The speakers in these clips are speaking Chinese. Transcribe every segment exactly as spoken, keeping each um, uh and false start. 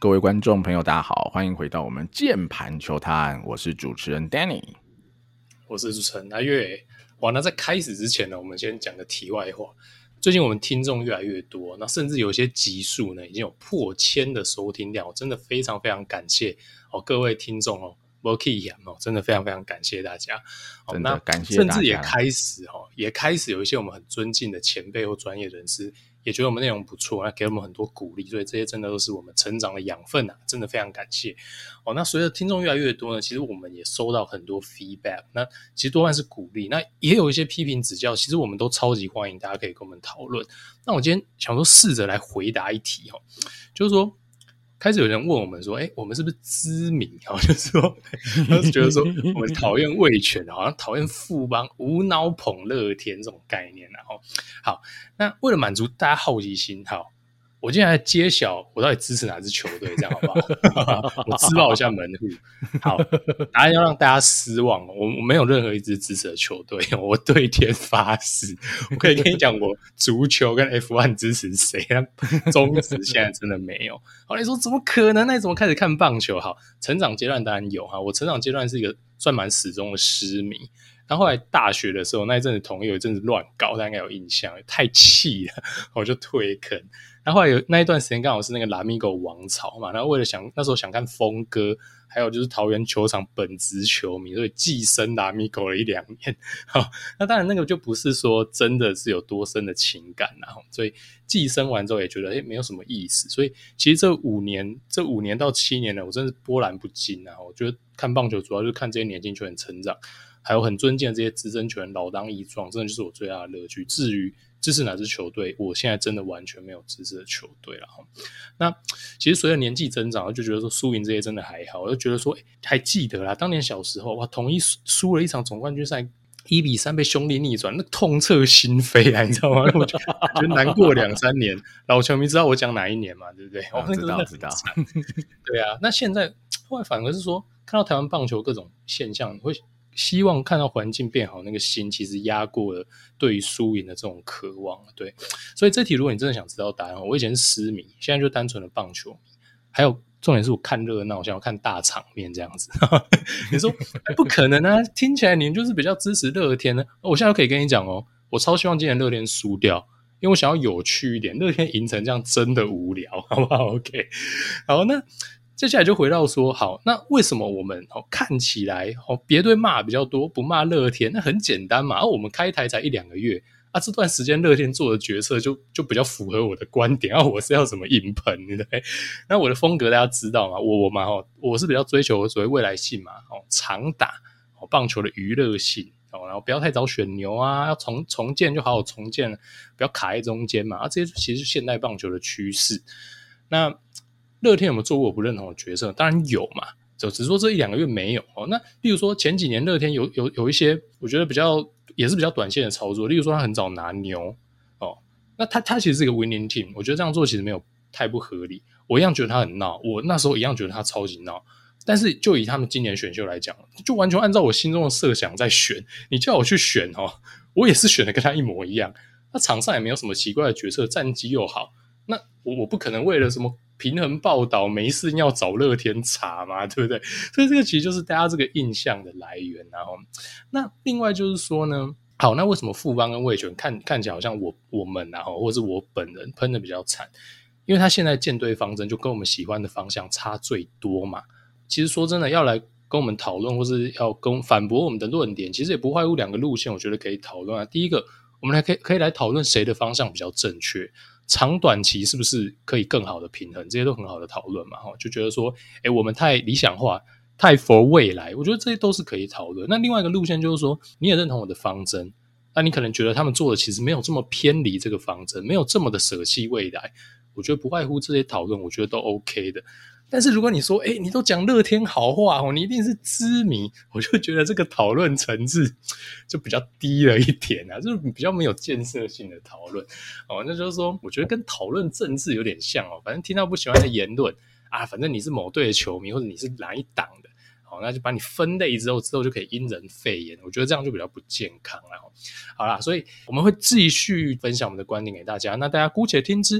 各位观众朋友大家好，欢迎回到我们键盘球探，我是主持人 Danny， 我是主持人阿月。哇，那在开始之前呢，我们先讲个题外话。最近我们听众越来越多，那甚至有些集数呢已经有破千的收听量，我真的非常非常感谢哦各位听众哦，不客气哦，真的非常非常感谢大家。哦、 真的感谢大家， 甚至也开始哦，也开始有一些我们很尊敬的前辈或专业人士，也觉得我们内容不错，那给我们很多鼓励，所以这些真的都是我们成长的养分啊，真的非常感谢。哦，那随着听众越来越多呢，其实我们也收到很多 feedback， 那其实多半是鼓励，那也有一些批评指教，其实我们都超级欢迎，大家可以跟我们讨论。那我今天想说试着来回答一题哦，就是说开始有人问我们说，哎，我们是不是知名？哦，就是说，他就觉得说我们讨厌味全，好像讨厌富邦，无脑捧乐天这种概念啊。哦，好，那为了满足大家好奇心，好。我今天来揭晓我到底支持哪支球队，这样好不好？我自报一下门户。好，答案要让大家失望。我我没有任何一支支持的球队，我对天发誓，我可以跟你讲，我足球跟 F 一 支持谁，但中职现在真的没有。好，你说怎么可能？那你怎么开始看棒球？好，成长阶段当然有哈。我成长阶段是一个算蛮始终的狮迷。然后后来大学的时候，那一阵子统一有一阵子乱搞，大家应该有印象，太气了，我就退坑。然后后来有那一段时间刚好是那个拉米狗王朝嘛，然后为了想那时候想看峰哥，还有就是桃园球场本职球迷，所以寄生拉米狗了一两年。好，那当然那个就不是说真的是有多深的情感啦，所以寄生完之后也觉得诶没有什么意思。所以其实这五年这五年到七年呢，我真是波澜不惊啊！我觉得看棒球主要就是看这些年轻球员成长，还有很尊敬的这些资深球员老当益壮，真的就是我最大的乐趣。至于支持哪支球队，我现在真的完全没有支持的球队了。那其实随着年纪增长，我就觉得说输赢这些真的还好，我就觉得说还记得啦，当年小时候哇，统一输了一场总冠军赛一比三被兄弟逆转，那痛彻心扉啊，你知道吗？我就觉得难过两三年。老球迷知道我讲哪一年嘛，对不对？ 哦，知道知道。 对啊，那现在后来反而是说，看到台湾棒球各种现象，你会希望看到环境变好，那个心其实压过了对于输赢的这种渴望。对，所以这题如果你真的想知道答案，我以前是狮迷，现在就单纯的棒球迷。还有重点是我看热闹，想要看大场面这样子。你说不可能啊，听起来你就是比较支持乐天呢。我现在可以跟你讲哦，我超希望今年乐天输掉，因为我想要有趣一点，乐天赢成这样真的无聊，好不好 ？OK， 好，那接下来就回到说，好，那为什么我们、哦、看起来、哦、别队骂比较多，不骂乐天？那很简单嘛，啊、我们开台才一两个月啊，这段时间乐天做的决策就就比较符合我的观点啊，我是要怎么硬喷，对不对？那我的风格大家知道嘛，我我嘛、哦、我是比较追求所谓未来性嘛，哦、长打、哦、棒球的娱乐性。哦、然后不要太早选牛啊，要重重建就好好重建，不要卡在中间嘛，啊，这些其实是现代棒球的趋势。那乐天有没有做过我不认同的决策？当然有嘛，就只是说这一两个月没有。哦、那例如说前几年乐天有有有一些我觉得比较也是比较短线的操作，例如说他很早拿牛哦，那他他其实是一个 winning team， 我觉得这样做其实没有太不合理。我一样觉得他很闹，我那时候一样觉得他超级闹。但是就以他们今年选秀来讲，就完全按照我心中的设想在选。你叫我去选哦，我也是选的跟他一模一样。那场上也没有什么奇怪的决策，战绩又好。那我我不可能为了什么平衡报道没事要找乐天查嘛，对不对？所以这个其实就是大家这个印象的来源。然后，那另外就是说呢，好，那为什么富邦跟味全看看起来好像我我们啊，或者是我本人喷的比较惨？因为他现在舰队方针就跟我们喜欢的方向差最多嘛。其实说真的，要来跟我们讨论，或是要跟反驳我们的论点，其实也不外乎两个路线，我觉得可以讨论啊。第一个，我们来可以可以来讨论谁的方向比较正确。长短期是不是可以更好的平衡，这些都很好的讨论嘛，就觉得说诶我们太理想化，太 for 未来，我觉得这些都是可以讨论。那另外一个路线就是说，你也认同我的方针，那你可能觉得他们做的其实没有这么偏离这个方针，没有这么的舍弃未来，我觉得不外乎这些讨论，我觉得都 OK 的。但是如果你说诶你都讲乐天好话哦，你一定是知迷，我就觉得这个讨论层次就比较低了一点啊，就是比较没有建设性的讨论哦。那就是说我觉得跟讨论政治有点像哦，反正听到不喜欢的言论啊，反正你是某队的球迷或者你是哪一党的，好，那就把你分类之后之后就可以因人废言，我觉得这样就比较不健康啦。好啦，所以我们会继续分享我们的观点给大家，那大家姑且听之。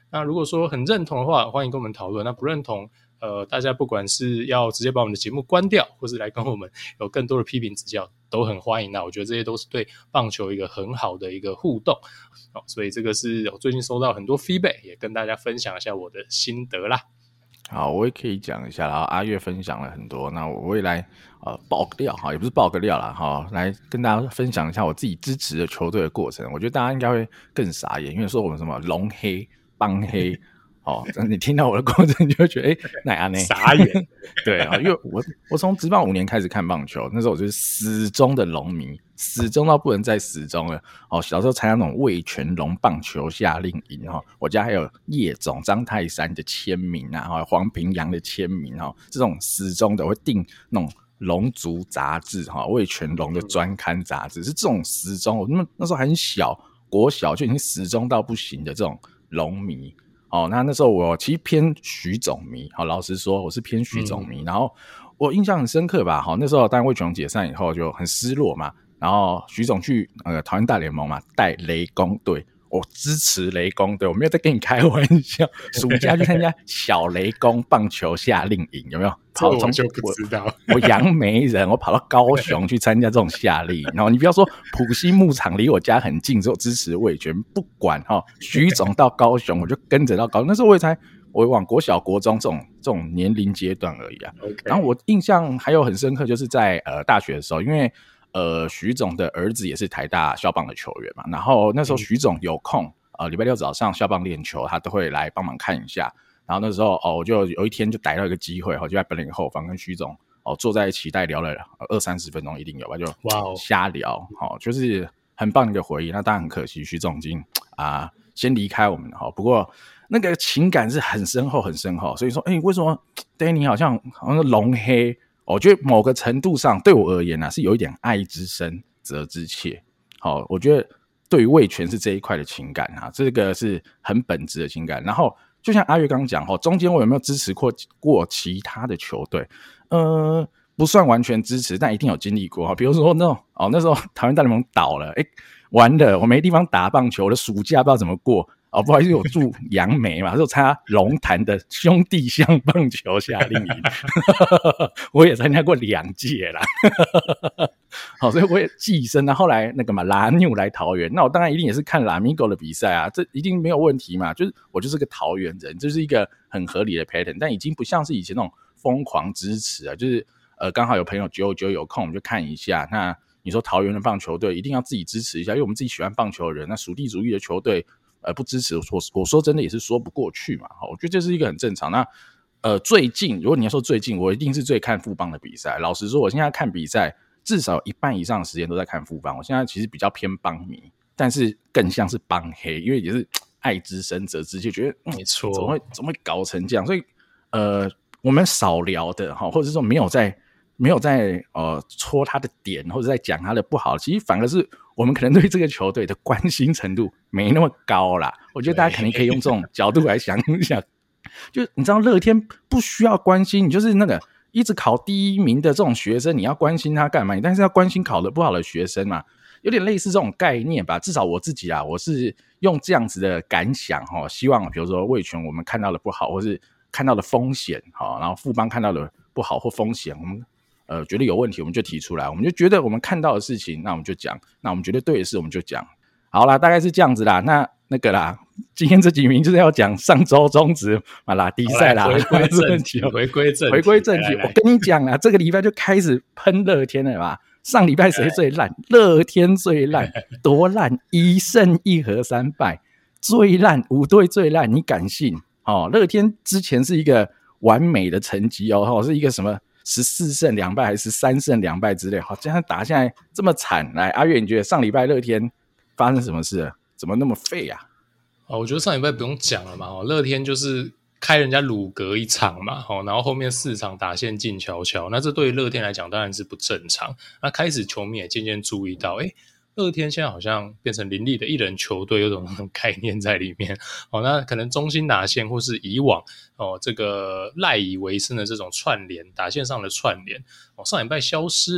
那如果说很认同的话，欢迎跟我们讨论。那不认同，呃，大家不管是要直接把我们的节目关掉，或是来跟我们有更多的批评指教，都很欢迎。那我觉得这些都是对棒球一个很好的一个互动。哦、所以这个是我最近收到很多 feedback， 也跟大家分享一下我的心得啦。 好，我也可以讲一下，然后阿月分享了很多，那我会来呃爆个料哈，也不是爆个料啦哈，来跟大家分享一下我自己支持的球队的过程。我觉得大家应该会更傻眼，因为说我们什么龙黑、帮黑，哦，你听到我的过程，你就会觉得哎，哪样呢？ 傻眼。 对啊，因为我我从职棒五年开始看棒球，那时候我就是死忠的龙迷，死忠到不能再死忠了。哦，小时候参加那种味全龙棒球夏令营哈，我家还有叶总张泰山的签名啊，黄平洋的签名哈，这种死忠的我会订那种龙族杂志哈，味全龙的专刊杂志，是这种死忠。我那那时候很小，国小就已经死忠到不行的这种龙迷。哦，那那时候我其实偏徐总迷，好，老实说我是偏徐总迷，嗯、然后我印象很深刻吧，好，那时候当然味全龙解散以后就很失落嘛，然后徐总去呃桃园大联盟嘛，带雷公队，我支持雷公队，我没有在跟你开玩笑，暑假去参加小雷公棒球夏令营，有没有？ 这我就不知道， 我, 我杨梅人，我跑到高雄去参加这种夏令营，然后你不要说埔心牧场离我家很近，之后支持味全，不管哈，徐总到高雄，我就跟着到高雄，那时候我也才我往国小国中这种这种年龄阶段而已啊。Okay. 然后我印象还有很深刻，就是在呃大学的时候，因为呃徐总的儿子也是台大校棒的球员嘛，然后那时候徐总有空，呃礼拜六早上校棒练球，他都会来帮忙看一下。然后那时候哦，我就有一天就逮到一个机会，就在本垒后方跟徐总哦坐在一起，大概聊了二三十分钟，一定有吧？就瞎聊，哇、哦，就是很棒的一个回忆。那当然很可惜，徐总已经啊、呃、先离开我们了哈。不过那个情感是很深厚，很深厚。所以说，哎，为什么 Danny 好像好像龙黑？我觉得某个程度上对我而言啊，是有一点爱之深责之切。好、哦，我觉得对于味全是这一块的情感啊，这个是很本质的情感。然后。就像阿月刚刚讲，中间我有没有支持过过其他的球队？呃，不算完全支持，但一定有经历过。比如说那种哦，那时候台湾大联盟倒了，哎，完了，我没地方打棒球，我的暑假不知道怎么过。哦，不好意思，我住杨梅嘛，就参加龙潭的兄弟象棒球夏令营，我也参加过两届啦。好，所以我也寄生了。后来那个嘛，拉纽来桃园，那我当然一定也是看拉米狗的比赛啊，这一定没有问题嘛。就是我就是个桃园人，这是一个很合理的 pattern， 但已经不像是以前那种疯狂支持啊。就是呃，刚好有朋友九九有空，我们就看一下。那你说桃园的棒球队一定要自己支持一下，因为我们自己喜欢棒球的人，那属地主义的球队。呃，不支持我，我说真的也是说不过去嘛。我觉得这是一个很正常。那呃，最近如果你要说最近，我一定是最看富邦的比赛。老实说，我现在看比赛至少一半以上的时间都在看富邦。我现在其实比较偏邦迷，但是更像是邦黑，因为也是爱之深责之切，觉得、嗯、 没错， 怎么会怎么会搞成这样？所以呃，我们少聊的哈，或者说没有在没有在呃戳他的点，或者在讲他的不好，其实反而是我们可能对这个球队的关心程度没那么高啦。我觉得大家可能可以用这种角度来想一想，就你知道乐天不需要关心，你就是那个一直考第一名的这种学生，你要关心他干嘛？你但是要关心考得不好的学生嘛，有点类似这种概念吧。至少我自己啊，我是用这样子的感想哈，希望比如说味全我们看到的不好，或是看到的风险哈，然后富邦看到的不好或风险，我们。呃，觉得有问题我们就提出来，我们就觉得我们看到的事情，那我们就讲，那我们觉得对的事我们就讲。好啦，大概是这样子啦。那那个啦，今天这几名就是要讲上周中职马拉迪赛啦， 回归正题，回归正题， 回归正题。我跟你讲啊，这个礼拜就开始喷乐天了吧？上礼拜谁最烂？乐天最烂，多烂？一胜一和三败，最烂五队最烂，你敢信？哦，乐天之前是一个完美的成绩哦，是一个什么？十四胜两败还是十三胜两败之类，好，这样打下来这么惨，来阿月，你觉得上礼拜乐天发生什么事了？怎么那么废啊？ 哦，我觉得上礼拜不用讲了嘛，乐天就是开人家鲁格一场嘛，然后后面四场打线静悄悄，那这对于乐天来讲当然是不正常。那开始球迷也渐渐注意到，诶乐天现在好像变成林立的一人球队，有种那种概念在里面。哦，那可能中心打线或是以往哦这个赖以为生的这种串联打线上的串联，哦上礼拜消失了。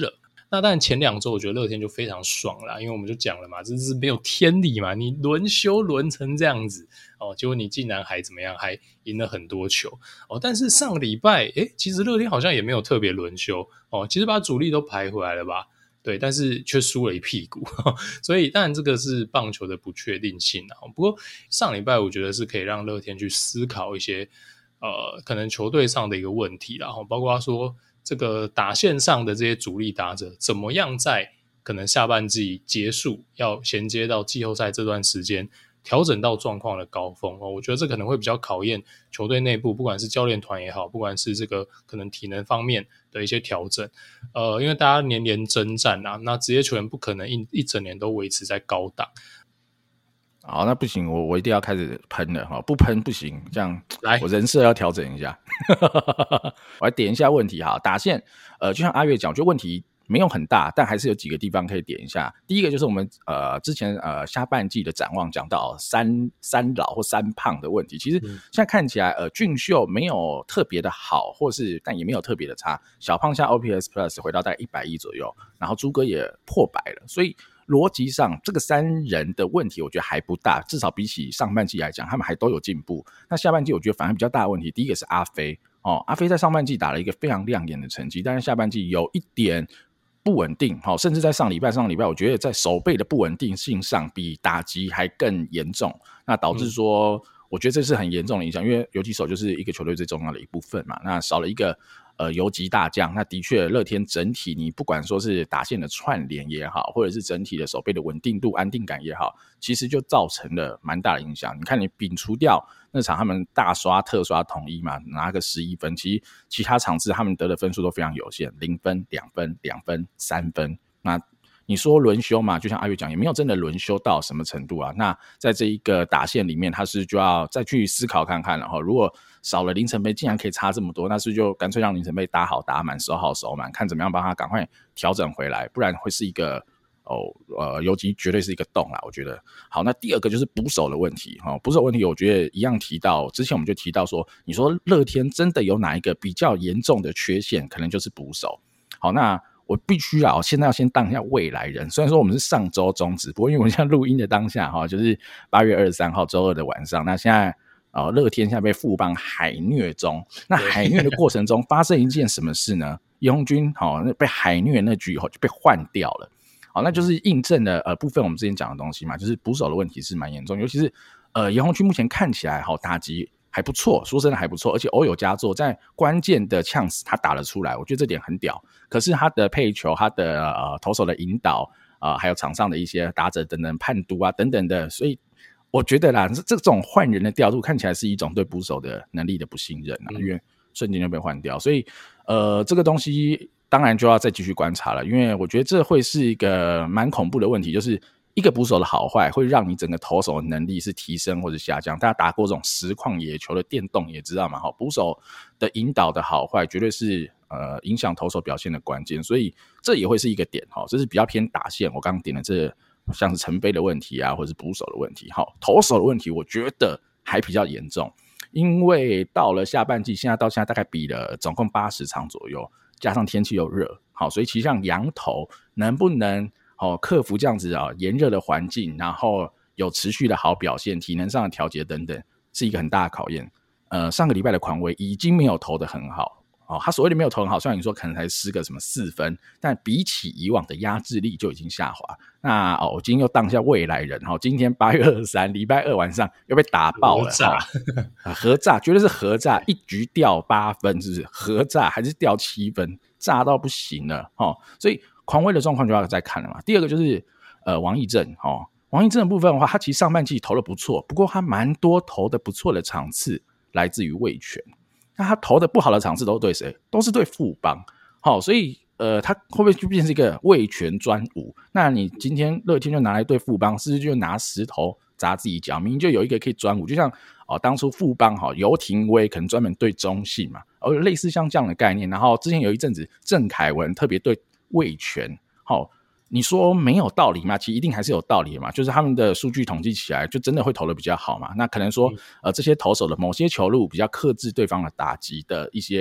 那当然前两周我觉得乐天就非常爽啦，因为我们就讲了嘛，这是没有天理嘛，你轮休轮成这样子哦，结果你竟然还怎么样，还赢了很多球哦。但是上个礼拜，诶，其实乐天好像也没有特别轮休哦，其实把主力都排回来了吧。对，但是却输了一屁股，所以当然这个是棒球的不确定性啊。不过上礼拜我觉得是可以让乐天去思考一些呃可能球队上的一个问题啦，包括说这个打线上的这些主力打者怎么样在可能下半季结束要衔接到季后赛这段时间调整到状况的高峰哦，我觉得这可能会比较考验球队内部，不管是教练团也好，不管是这个可能体能方面的一些调整。呃，因为大家年年征战啊，那职业球员不可能一一整年都维持在高档。 好，那不行，我我一定要开始喷了哈，不喷不行，这样来， 我人设要调整一下。我来点一下问题哈，打线，呃，就像阿月讲，我觉得问题没有很大，但还是有几个地方可以点一下。第一个就是我们呃之前呃下半季的展望讲到三三老或三胖的问题，其实现在看起来呃俊秀没有特别的好，或是但也没有特别的差。小胖下 O P S Plus 回到大概一百一左右，然后朱哥也破百了，所以逻辑上这个三人的问题我觉得还不大，至少比起上半季来讲他们还都有进步。那下半季我觉得反而比较大的问题，第一个是阿飞哦，阿飞在上半季打了一个非常亮眼的成绩，但是下半季有一点不稳定，甚至在上礼拜上礼拜我觉得在守备的不稳定性上比打击还更严重，那导致说、嗯、我觉得这是很严重的影响，因为游击手就是一个球队最重要的一部分嘛，那少了一个呃游击大将，那的确乐天整体你不管说是打线的串联也好，或者是整体的守备的稳定度安定感也好，其实就造成了蛮大的影响。你看你摒除掉那场他们大刷特刷统一嘛，拿个十一分，其实其他场次他们得的分数都非常有限，零分、两分、两分、三分。那你说轮休嘛，就像阿月讲，也没有真的轮休到什么程度啊。那在这一个打线里面，他是就要再去思考看看了哈。如果少了林承飞竟然可以差这么多，那是就干脆让林承飞打好打满守好守满，看怎么样帮他赶快调整回来，不然会是一个哦呃游击绝对是一个洞啦，我觉得。好，那第二个就是捕手的问题哈、哦，捕手问题我觉得一样提到，之前我们就提到说，你说乐天真的有哪一个比较严重的缺陷，可能就是捕手。好，那我必须啊，我现在要先当一下未来人。虽然说我们是上周中止，不过因为我们现在录音的当下哈，就是八月二十三号周二的晚上，那现在呃乐天现在被富邦海虐中，那海虐的过程中发生一件什么事呢？叶鸿鈞好、哦、被海虐那局以后就被换掉了。好，那就是印证了呃部分我们之前讲的东西嘛，就是捕手的问题是蛮严重，尤其是呃叶鸿鈞目前看起来好打击还不错，说真的还不错，而且偶有佳作，在关键的chance他打了出来，我觉得这点很屌。可是他的配球、他的呃投手的引导啊、呃，还有场上的一些打者等等判读啊等等的，所以我觉得啦，这种换人的调度看起来是一种对捕手的能力的不信任啊，因为瞬间就被换掉，所以呃这个东西当然就要再继续观察了，因为我觉得这会是一个蛮恐怖的问题，就是一个捕手的好坏会让你整个投手的能力是提升或者下降。大家打过这种实况野球的电动也知道嘛，捕手的引导的好坏绝对是呃影响投手表现的关键，所以这也会是一个点，这是比较偏打线。我刚刚点的这像是陈飞的问题啊，或者是捕手的问题，投手的问题我觉得还比较严重，因为到了下半季，现在到现在大概比了总共八十场左右，加上天气又热，好，所以其实像洋投能不能哦，克服这样子啊炎热的环境，然后有持续的好表现，体能上的调节等等，是一个很大的考验。呃，上个礼拜的匡威已经没有投得很好哦，他所谓的没有投很好，虽然你说可能才失个什么四分，但比起以往的压制力就已经下滑。那哦，我今天又当一下未来人哈、哦，今天八月二十三，礼拜二晚上又被打爆了，核炸，哦、核炸绝对是核炸，一局掉八分，是不是？核炸还是掉七分，炸到不行了哦，所以匡威的状况就要再看了嘛。第二个就是呃王溢正哦，王溢正的部分的话，他其实上半季投的不错，不过他蛮多投的不错的场次来自于味全。那他投的不好的场次都是对谁？都是对富邦。好、哦，所以呃，他会不会就变成一个味全专武？那你今天乐天就拿来对富邦，是不是就拿石头砸自己脚？明明就有一个可以专武，就像哦，当初富邦哈游廷威可能专门对中信嘛，哦，类似像这样的概念。然后之前有一阵子郑凯文特别对味全，好、哦。你说没有道理吗？其实一定还是有道理的嘛，就是他们的数据统计起来就真的会投的比较好嘛。那可能说呃这些投手的某些球路比较克制对方的打击的一些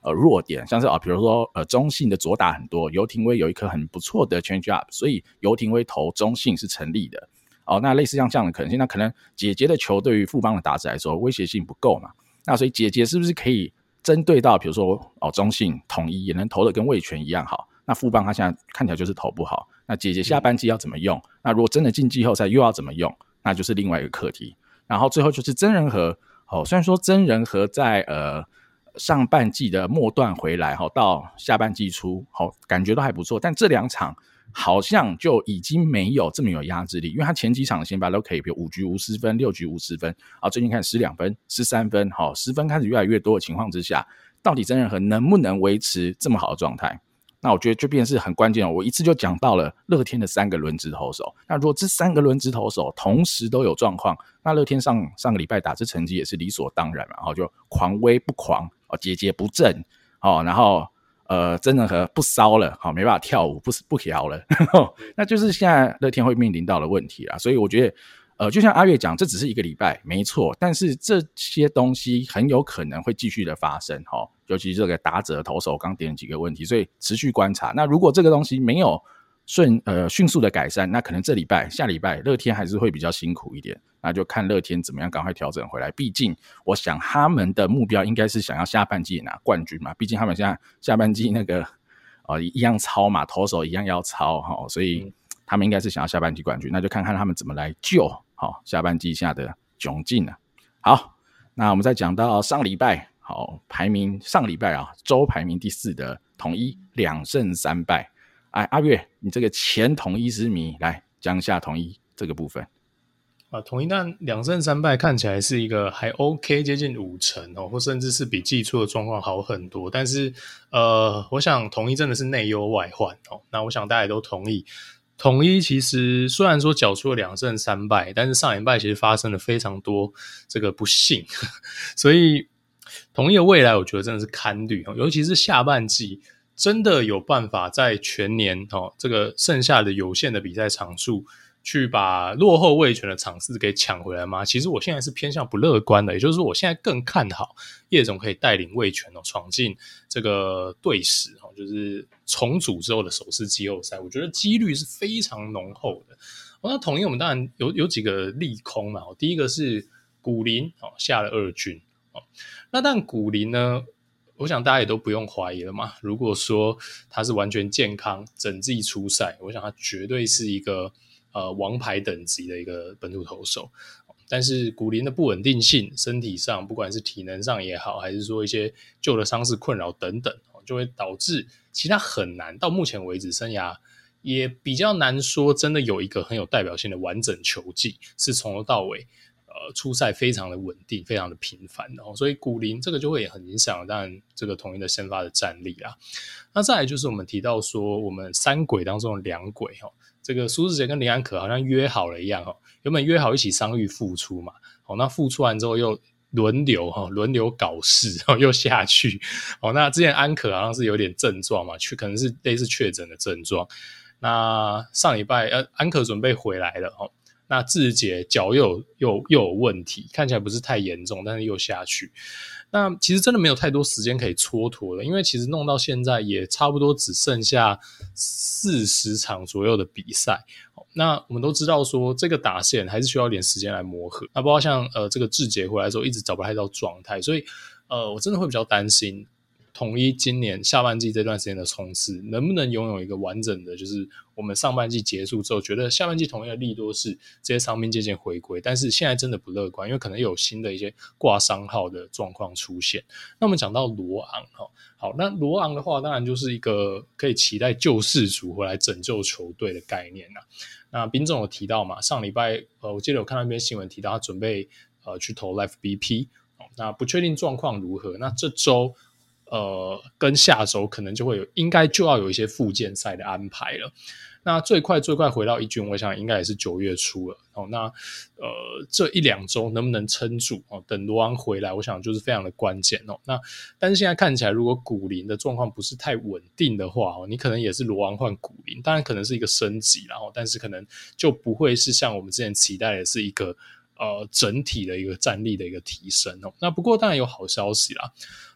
呃弱点，像是啊，比如说呃中信的左打很多，游廷威有一颗很不错的 change up， 所以游廷威投中信是成立的。哦，那类似像这样的可能性，那可能姐姐的球对于富邦的打者来说威胁性不够嘛？那所以姐姐是不是可以针对到比如说哦中信统一也能投的跟味全一样好？那富邦他现在看起来就是投不好，那姐姐下半季要怎么用？嗯、那如果真的进季后赛又要怎么用？那就是另外一个课题。然后最后就是曾仁和，哦，虽然说曾仁和在呃上半季的末段回来，哦，到下半季初，哦，感觉都还不错，但这两场好像就已经没有这么有压制力，因为他前几场的先发都可以，比如五局无失分，六局无失分，啊，最近看十两分、十三分，好，十分开始越来越多的情况之下，到底曾仁和能不能维持这么好的状态？那我觉得就变成是很关键哦。我一次就讲到了乐天的三个轮值投手，那如果这三个轮值投手同时都有状况，那乐天上上个礼拜打这成绩也是理所当然嘛，然后就狂威不狂，哦，节节不振，哦，然后。呃，曾仁和不骚了，好，没办法跳舞，不不调了，那就是现在乐天会面临到的问题啦。所以我觉得，呃，就像阿月讲，这只是一个礼拜，没错，但是这些东西很有可能会继续的发生，哈，尤其这个打者投手刚点了几个问题，所以持续观察。那如果这个东西没有顺呃迅速的改善，那可能这礼拜、下礼拜乐天还是会比较辛苦一点。那就看乐天怎么样赶快调整回来。毕竟我想他们的目标应该是想要下半季拿冠军嘛，毕竟他们现在下半季那个呃一样操嘛，投手一样要操，齁，所以他们应该是想要下半季冠军。那就看看他们怎么来救齁下半季下的窘境啊。好，那我们再讲到上礼拜，好，排名上礼拜啊周排名第四的统一两胜三败。哎，阿月，你这个前统一之迷，来讲一下统一这个部分。 啊，统一但两胜三败看起来是一个还 OK， 接近五成哦，或甚至是比季初的状况好很多。但是，呃，我想统一真的是内忧外患哦。那我想大家也都同意，统一其实虽然说缴出了两胜三败，但是上礼拜其实发生了非常多这个不幸，所以统一的未来我觉得真的是堪虑哦，尤其是下半季。真的有办法在全年哦这个剩下的有限的比赛场数去把落后味全的场次给抢回来吗？其实我现在是偏向不乐观的，也就是说我现在更看好叶总可以带领味全哦闯进这个队史哦，就是重组之后的首次季后赛，我觉得几率是非常浓厚的。哦、那统一我们当然有有几个利空嘛，哦、第一个是古林哦下了二军哦，那但古林呢？我想大家也都不用怀疑了嘛，如果说他是完全健康整季出赛，我想他绝对是一个呃王牌等级的一个本土投手。但是古林的不稳定性，身体上不管是体能上也好，还是说一些旧的伤势困扰等等，就会导致其他很难到目前为止生涯也比较难说真的有一个很有代表性的完整球季是从头到尾呃，出赛非常的稳定，非常的频繁的、哦、所以古林这个就会也很影响当然这个统一的先发的战力啦。那再来就是我们提到说我们三鬼当中的两鬼、哦、这个苏志杰跟林安可好像约好了一样、哦、原本约好一起伤愈复出嘛、哦、那复出完之后又轮流、哦、轮流搞事、哦、又下去、哦、那之前安可好像是有点症状嘛，可能是类似确诊的症状。那上礼拜、呃、安可准备回来了、哦那志杰脚又有又有问题，看起来不是太严重，但是又下去。那其实真的没有太多时间可以蹉跎了，因为其实弄到现在也差不多只剩下四十场左右的比赛。那我们都知道说这个打线还是需要一点时间来磨合。那包括像呃这个志杰回来的时候一直找不太到状态，所以呃我真的会比较担心。统一今年下半季这段时间的冲刺能不能拥有一个完整的，就是我们上半季结束之后觉得下半季统一的利多是这些伤兵渐渐回归，但是现在真的不乐观，因为可能有新的一些挂伤号的状况出现。那我们讲到罗昂，好，那罗昂的话当然就是一个可以期待救世主回来拯救球队的概念啦。那彬总有提到嘛，上礼拜呃我记得有看到一篇新闻提到他准备呃去投 Live B P， 那不确定状况如何，那这周呃，跟下周可能就会有，应该就要有一些复健赛的安排了。那最快最快回到一军，我想应该也是九月初了。哦，那呃这一两周能不能撑住？哦，等罗昂回来，我想就是非常的关键哦。那但是现在看起来，如果古林的状况不是太稳定的话，哦，你可能也是罗昂换古林，当然可能是一个升级啦，哦，但是可能就不会是像我们之前期待的是一个呃整体的一个战力的一个提升哦。那不过当然有好消息啦。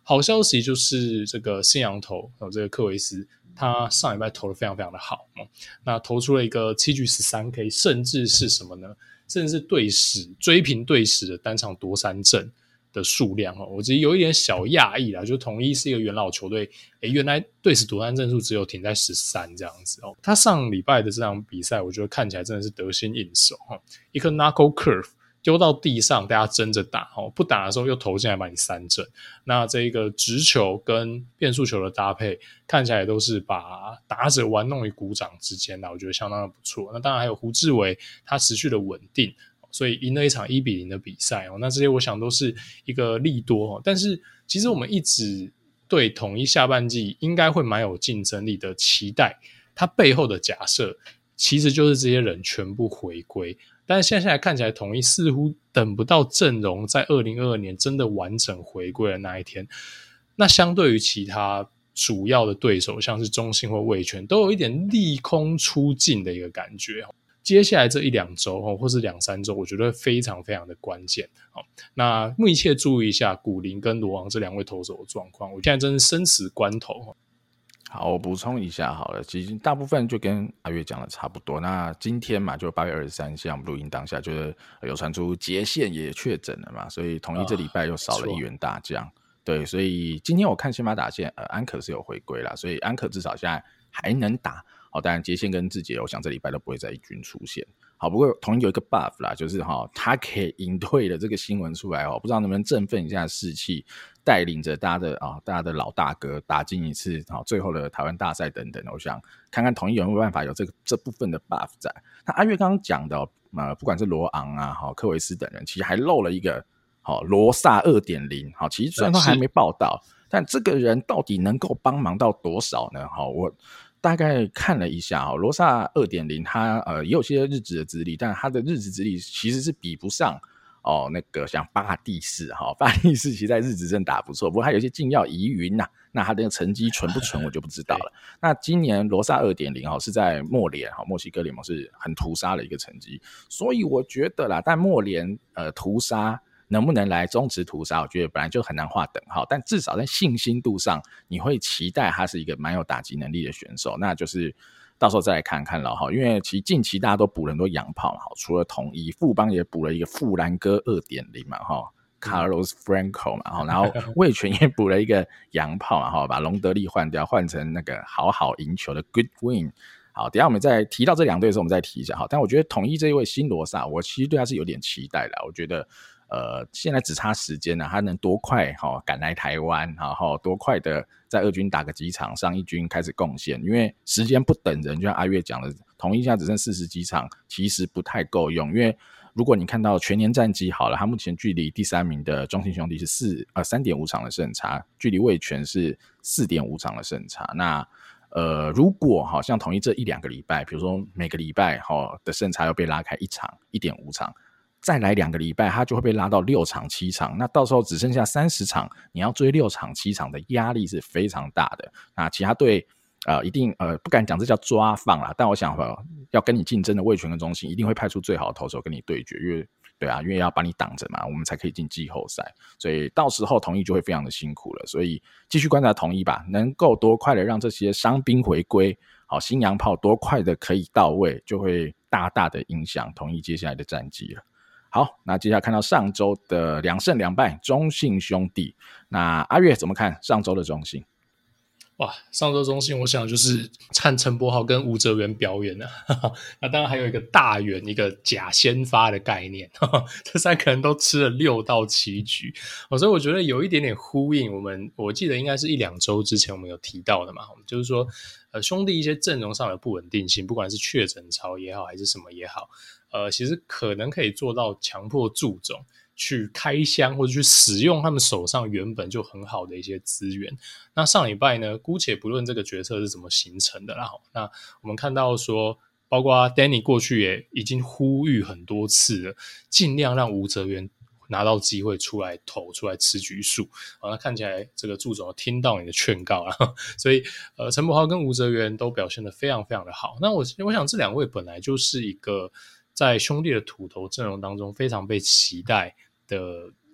好消息就是这个新洋投、哦、这个克维斯他上礼拜投的非常非常的好、哦、那投出了一个七局 十三 K， 甚至是什么呢？甚至是队史追平队史的单场夺三振的数量、哦、我其实有一点小讶异啦，就统一是一个元老球队，诶原来队史夺三振数只有停在十三这样子、哦、他上礼拜的这场比赛我觉得看起来真的是得心应手、哦、一颗 knuckle curve丢到地上，大家争着打，不打的时候又投进来把你三振。那这个直球跟变速球的搭配，看起来都是把打者玩弄于股掌之间的，我觉得相当的不错。那当然还有胡志伟，他持续的稳定，所以赢了一场一比零的比赛。那这些我想都是一个利多。但是其实我们一直对统一下半季应该会蛮有竞争力的期待，它背后的假设其实就是这些人全部回归。但是现在看起来统一似乎等不到阵容在二零二二年真的完整回归的那一天，那相对于其他主要的对手像是中信或味全都有一点利空出尽的一个感觉。接下来这一两周或是两三周我觉得非常非常的关键。那密切注意一下古林跟罗昂这两位投手的状况，我现在真是生死关头。 好，我补充一下好了，其实大部分就跟阿月讲的差不多。那今天嘛，就八月二十三，像我们录音当下，就是有传出杰宪也确诊了嘛，所以统一这礼拜又少了一员大将、啊。对，所以今天我看先发打线，呃，安可是有回归啦，所以安可至少现在还能打。好，当然杰宪跟志杰，我想这礼拜都不会在一军出现。好，不过统一有一个 buff 啦，就是哈、哦，他可以隐退的这个新闻出来哦，不知道能不能振奋一下士气，带领着大家的啊、哦，大家的老大哥打进一次好、哦、最后的台湾大赛等等。我想看看统一有没有办法有这个这部分的 buff 在。那阿月刚刚讲的、哦，呃，不管是罗昂啊、好、哦、科维斯等人，其实还漏了一个好、哦、罗萨 二点零， 好，其实虽然说还没报道，但这个人到底能够帮忙到多少呢？好，我大概看了一下、哦、罗萨 二点零 他呃也有些日职的资历，但他的日职资历其实是比不上哦那个像巴蒂士哈，巴蒂士其实在日职真打不错，不过他有一些禁药疑云呐、啊，那他的成绩纯不纯我就不知道了。那今年罗萨 二点零 哦是在墨联哈，墨西哥联盟是很屠杀的一个成绩，所以我觉得啦，但墨联呃屠杀能不能来中职屠杀，我觉得本来就很难划等号，但至少在信心度上，你会期待他是一个蛮有打击能力的选手，那就是到时候再来看看了哈。因为其实近期大家都补了很多洋炮嘛，除了统一，富邦也补了一个富兰哥 二点零 嘛哈 ，Carlos Franco 嘛，然后味全也补了一个洋炮嘛哈，把隆德利换掉，换成那个好好赢球的 Good Win。好，等一下我们再提到这两队的时候，我们再提一下哈。但我觉得统一这一位新罗萨，我其实对他是有点期待的。我觉得，呃，现在只差时间啊，他能多快哈、哦、赶来台湾，然后多快的在二军打个几场，上一军开始贡献。因为时间不等人，就像阿月讲的，统一现在只剩四十几场，其实不太够用。因为如果你看到全年战绩好了，他目前距离第三名的中信兄弟是四呃三点五场的胜差，距离味全是四点五场的胜差。那呃，如果好像统一这一两个礼拜，比如说每个礼拜哈的胜差要被拉开一场 一点五 场，再来两个礼拜，它就会被拉到六场七场，那到时候只剩下三十场，你要追六场七场的压力是非常大的。那其他队呃一定呃不敢讲这叫抓放啦，但我想、呃、要跟你竞争的味全跟中信一定会派出最好的投手跟你对决，因为对啊，因为要把你挡着嘛，我们才可以进季后赛，所以到时候统一就会非常的辛苦了。所以继续观察统一吧，能够多快的让这些伤兵回归，好新洋炮多快的可以到位，就会大大的影响统一接下来的战绩了。好，那接下来看到上周的两胜两败中信兄弟，那阿月怎么看上周的中信？ 哇，上周中信我想就是看陈柏豪跟吴哲源表演啊，那当然还有一个大元一个假先发的概念，这三个人都吃了六到七局、哦、所以我觉得有一点点呼应我们我记得应该是一两周之前我们有提到的嘛，就是说呃兄弟一些阵容上的不稳定性，不管是确诊潮也好还是什么也好，呃其实可能可以做到强迫祝总去开箱或者去使用他们手上原本就很好的一些资源。那上礼拜呢，姑且不论这个决策是怎么形成的啦，那我们看到说包括 Danny 过去也已经呼吁很多次了，尽量让吴哲源拿到机会出来投出来吃局数、哦、那看起来这个祝总听到你的劝告啦，所以呃，陈柏豪跟吴哲源都表现得非常非常的好。那我我想这两位本来就是一个在兄弟的土投阵容当中非常被期待的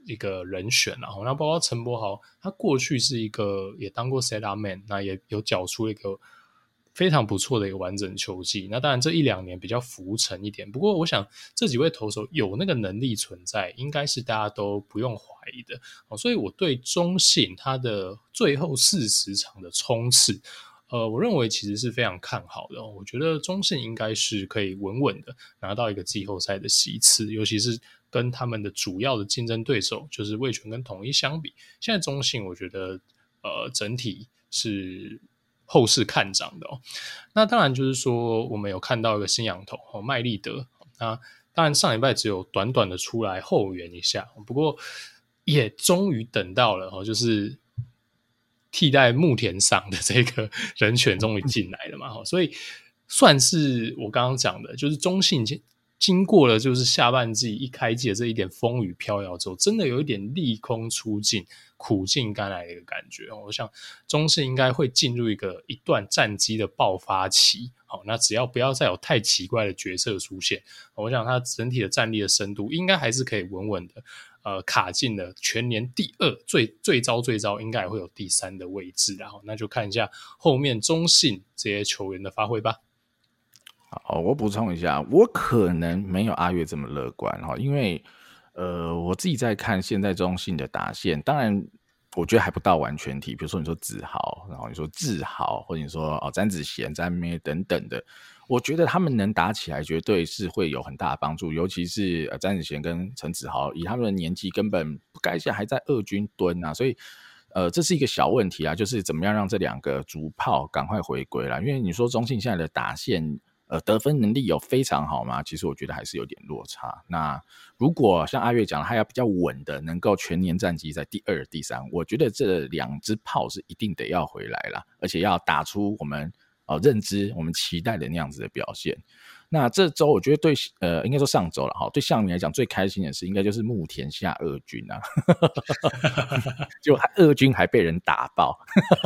一个人选啊。那包括陈柏豪，他过去是一个也当过 set up man， 那也有缴出一个非常不错的一个完整球季。那当然这一两年比较浮沉一点，不过我想这几位投手有那个能力存在，应该是大家都不用怀疑的。所以我对中信他的最后四十场的冲刺，呃，我认为其实是非常看好的。我觉得中信应该是可以稳稳的拿到一个季后赛的席次，尤其是跟他们的主要的竞争对手就是味全跟统一相比，现在中信我觉得呃整体是后市看涨的哦。那当然就是说我们有看到一个新洋投哦，麦利德，那当然上礼拜只有短短的出来后援一下，不过也终于等到了哦，就是替代木田赏的这个人选终于进来了嘛，所以算是我刚刚讲的，就是中信经过了就是下半季一开季的这一点风雨飘摇之后，真的有一点利空出尽苦尽甘来的一个感觉。我想中信应该会进入一个一段战绩的爆发期，好，那只要不要再有太奇怪的决策出现，我想它整体的战力的深度应该还是可以稳稳的呃，卡进了全年第二，最最糟最糟应该也会有第三的位置，然后那就看一下后面中信这些球员的发挥吧。 好，我补充一下，我可能没有阿月这么乐观，因为呃，我自己在看现在中信的打线，当然我觉得还不到完全体，比如说你说子豪，然后你说志豪，或者你说哦詹子贤、詹咩等等的，我觉得他们能打起来绝对是会有很大的帮助，尤其是呃詹子贤跟陈子豪，以他们的年纪根本不该现在还在二军蹲啊，所以呃这是一个小问题啊，就是怎么样让这两个主炮赶快回归啦，因为你说中信现在的打线呃，得分能力有非常好吗？其实我觉得还是有点落差。那如果像阿月讲的，他要比较稳的，能够全年战绩在第二、第三，我觉得这两支炮是一定得要回来啦，而且要打出我们呃认知、我们期待的那样子的表现。那这周我觉得对呃，应该说上周了哈，对象迷来讲最开心的事，应该就是木田下二军啊，结果二军还被人打爆，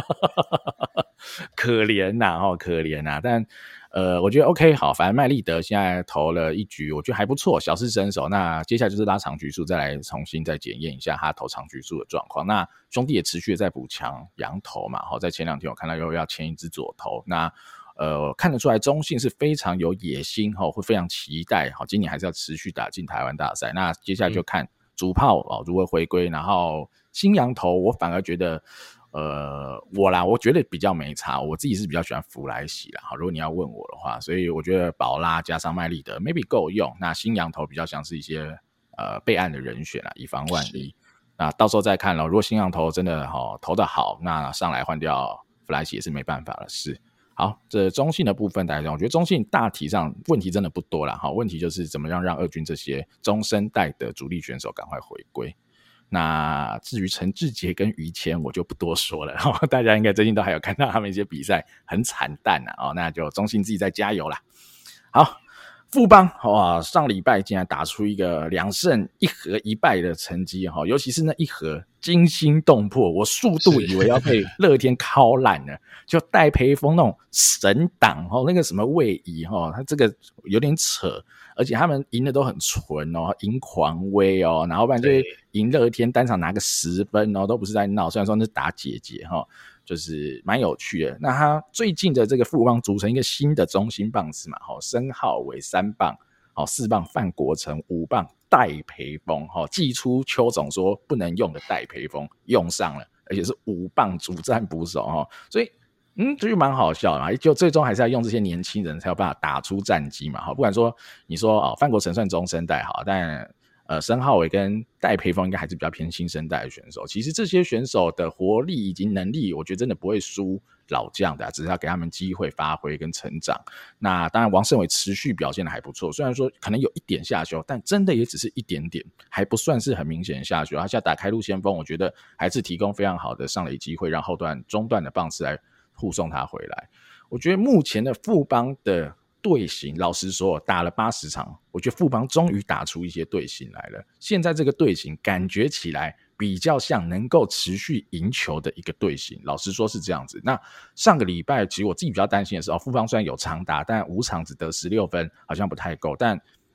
可怜呐、啊，哦，可怜呐、啊，但。呃，我觉得 OK 好，反正麦利德现在投了一局，我觉得还不错，小试身手。那接下来就是拉长局数，再来重新再检验一下他投长局数的状况。那兄弟也持续的在补强洋投嘛，好，在前两天我看到又要签一支左投，那呃看得出来中信是非常有野心，会非常期待，好，今年还是要持续打进台湾大赛。那接下来就看主炮哦如何回归，然后新洋投我反而觉得。呃，我啦，我觉得比较没差，我自己是比较喜欢弗莱西啦。好，如果你要问我的话，所以我觉得宝拉加上麦利德 maybe 够用。那新洋投比较像是一些呃备案的人选啦，以防万一。那到时候再看咯，如果新洋投真的好、哦、投得好，那上来换掉弗莱西也是没办法的事。好，这中信的部分大家讲，我觉得中信大体上问题真的不多啦。好，问题就是怎么样让二军这些中生代的主力选手赶快回归。那至于陈志杰跟于谦我就不多说了，大家应该最近都还有看到他们一些比赛很惨淡啊，哦，那就中信自己再加油啦。好，富邦哇，上礼拜竟然打出一个两胜一和一败的成绩，尤其是那一和惊心动魄，我速度以为要被乐天敲烂了，就戴培峰那种神挡那个什么位移，他这个有点扯。而且他们赢的都很纯哦，赢狂威哦，然后不然就是赢乐天单场拿个十分哦，都不是在闹。虽然说那是打姐姐哈、哦，就是蛮有趣的。那他最近的这个富邦组成一个新的中心棒次嘛，好，申浩伟三棒，好四棒范国成，五棒戴培峰，好祭出邱总说不能用的戴培峰用上了，而且是五棒主战捕手哈，所以。嗯，这就蛮好笑的嘛，就最终还是要用这些年轻人才有办法打出战绩嘛。好，不管说你说哦，范国成算中生代好，但呃，申浩伟跟戴培峰应该还是比较偏新生代的选手。其实这些选手的活力以及能力，我觉得真的不会输老将的、啊，只是要给他们机会发挥跟成长。那当然，王胜伟持续表现的还不错，虽然说可能有一点下修，但真的也只是一点点，还不算是很明显的下修。他现在打开路先锋，我觉得还是提供非常好的上垒机会，让后段中段的棒次来护送他回来。我觉得目前的富邦的队形，老实说打了八十场，我觉得富邦终于打出一些队形来了。现在这个队形感觉起来比较像能够持续赢球的一个队形，老实说是这样子。那上个礼拜其实我自己比较担心的是，哦，富邦虽然有长打，但五场只得十六分好像不太够，但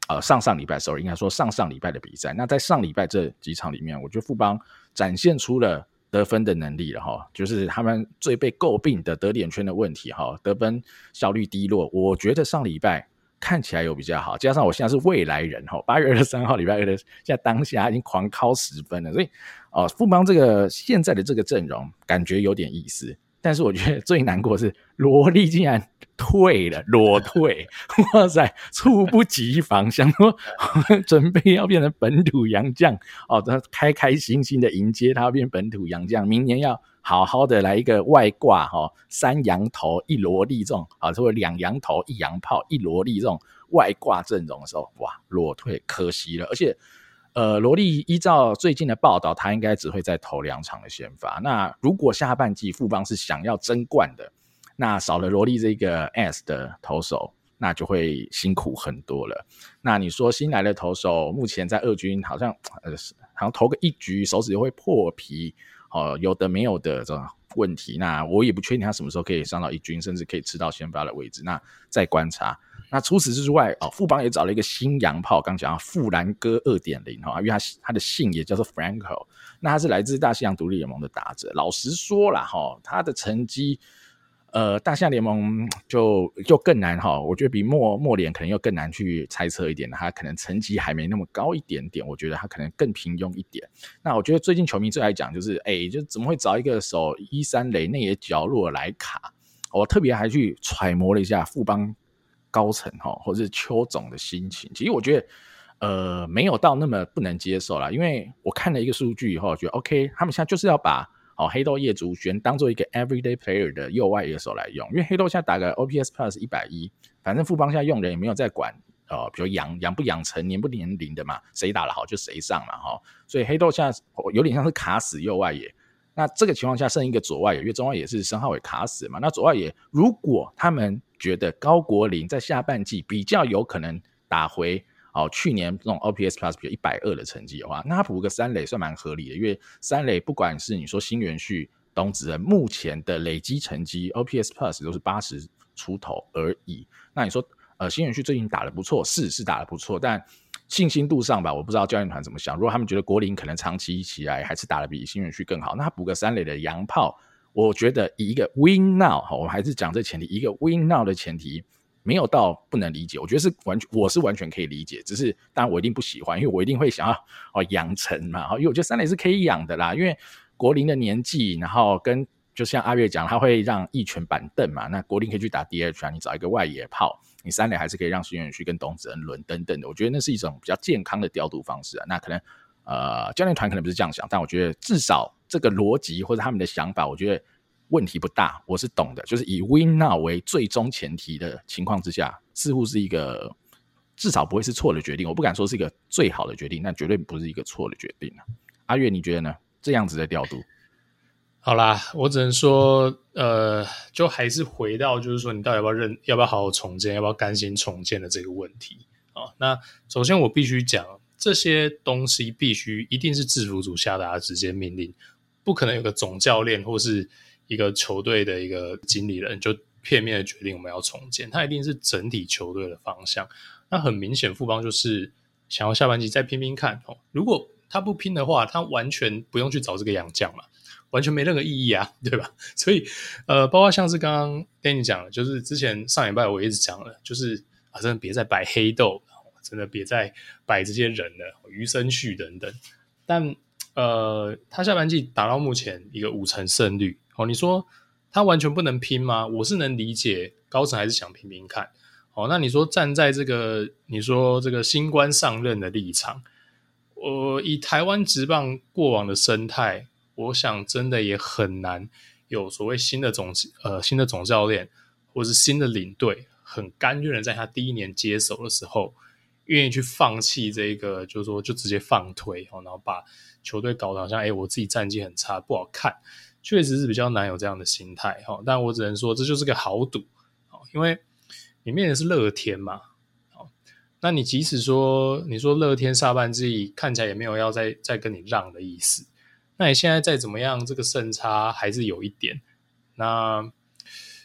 呃上上礼拜 sorry 应该说上上礼拜的比赛。那在上礼拜这几场里面，我觉得富邦展现出了得分的能力了哈，就是他们最被诟病的得点圈的问题哈，得分效率低落。我觉得上礼拜看起来有比较好，加上我现在是未来人哈，八月二十三号礼拜二的，现在当下已经狂敲十分了，所以哦，富邦这个现在的这个阵容感觉有点意思。但是我觉得最难过的是罗力竟然退了，裸退，哇塞，猝不及防，想说准备要变成本土洋将哦，他开开心心的迎接他要变本土洋将，明年要好好的来一个外挂哈、哦，三洋头一罗力这种啊，或者两洋头一洋炮一罗力这种外挂阵容的时候，哇，裸退，可惜了，而且。呃，罗力依照最近的报道，他应该只会在头两场的先发。那如果下半季富邦是想要争冠的，那少了罗力这个 S 的投手，那就会辛苦很多了。那你说新来的投手，目前在二军好像呃，好像投个一局手指会破皮，哦，有的没有的这种问题。那我也不确定他什么时候可以上到一军，甚至可以吃到先发的位置。那再观察。那除此之外，哦，富邦也找了一个新洋炮，刚讲到富兰哥 二点零 哈，因为他他的姓也叫做 Franco， 那他是来自大西洋独立联盟的打者。老实说啦，哈，他的成绩，呃，大西洋联盟就就更难哈，我觉得比莫莫联可能又更难去猜测一点，他可能成绩还没那么高一点点，我觉得他可能更平庸一点。那我觉得最近球迷最爱讲就是，哎，就怎么会找一个守一三垒内野角落来卡？我特别还去揣摩了一下富邦。高层或者是邱总的心情，其实我觉得呃没有到那么不能接受啦，因为我看了一个数据以后，觉得 OK， 他们现在就是要把哦黑豆叶竹轩当做一个 everyday player 的右外野手来用，因为黑豆现在打个 O P S Plus 一百一十，反正富邦现在用人也没有在管呃，比如养养不养成年不年龄的嘛，谁打得好就谁上嘛哈，所以黑豆现在有点像是卡死右外野。那这个情况下剩一个左外野，因为中外野是申浩伟卡死嘛。那左外野如果他们觉得高国林在下半季比较有可能打回哦去年这种 O P S Plus 比如一百二十的成绩的话，那他补个三垒算蛮合理的，因为三垒不管是你说新元旭、董子仁目前的累积成绩 O P S Plus 都是八十出头而已。那你说呃新元旭最近打得不错，是是打得不错，但信心度上吧，我不知道教练团怎么想。如果他们觉得国林可能长期起来还是打得比新元旭更好，那他补个三垒的洋炮，我觉得以一个 win now， 我还是讲这前提，一个 win now 的前提，没有到不能理解，我觉得是完全，我是完全可以理解。只是当然我一定不喜欢，因为我一定会想要哦养成嘛，因为我觉得三垒是可以养的啦，因为国林的年纪，然后跟就像阿月讲，他会让一拳板凳嘛，那国林可以去打 D H 啊，你找一个外野炮。你三垒还是可以让新元旭跟董子恩轮等等的，我觉得那是一种比较健康的调度方式啊。那可能呃教练团可能不是这样想，但我觉得至少这个逻辑或者他们的想法，我觉得问题不大，我是懂的。就是以 win now 为最终前提的情况之下，似乎是一个至少不会是错的决定。我不敢说是一个最好的决定，但绝对不是一个错的决定啊。阿月，你觉得呢？这样子的调度？ 好啦，我只能说，呃，就还是回到就是说，你到底要不要认，要不要好好重建，要不要甘心重建的这个问题啊。那首先我必须讲，这些东西必须一定是制服组下达的直接命令，不可能有个总教练或是一个球队的一个经理人就片面的决定我们要重建，它一定是整体球队的方向。那很明显，富邦就是想要下半季再拼拼看哦。如果他不拼的话，他完全不用去找这个洋将嘛。完全没任何意义啊，对吧？所以，呃，包括像是刚刚跟你讲的，就是之前上礼拜我一直讲了，就是啊，真的别再摆黑豆，真的别再摆这些人了，余生旭等等。但呃，他下半季打到目前一个五成胜率，哦，你说他完全不能拼吗？我是能理解，高层还是想拼拼看。哦，那你说站在这个你说这个新官上任的立场，我、呃、以台湾职棒过往的生态。我想真的也很难有所谓新的总呃新的总教练或是新的领队很甘愿的在他第一年接手的时候愿意去放弃这个就是说就直接放推、哦、然后把球队搞得好像哎我自己战绩很差不好看，确实是比较难有这样的心态、哦、但我只能说这就是个豪赌、哦、因为你面的是乐天嘛、哦、那你即使说你说乐天下半季看起来也没有要再再跟你让的意思，那你现在再怎么样，这个胜差还是有一点。那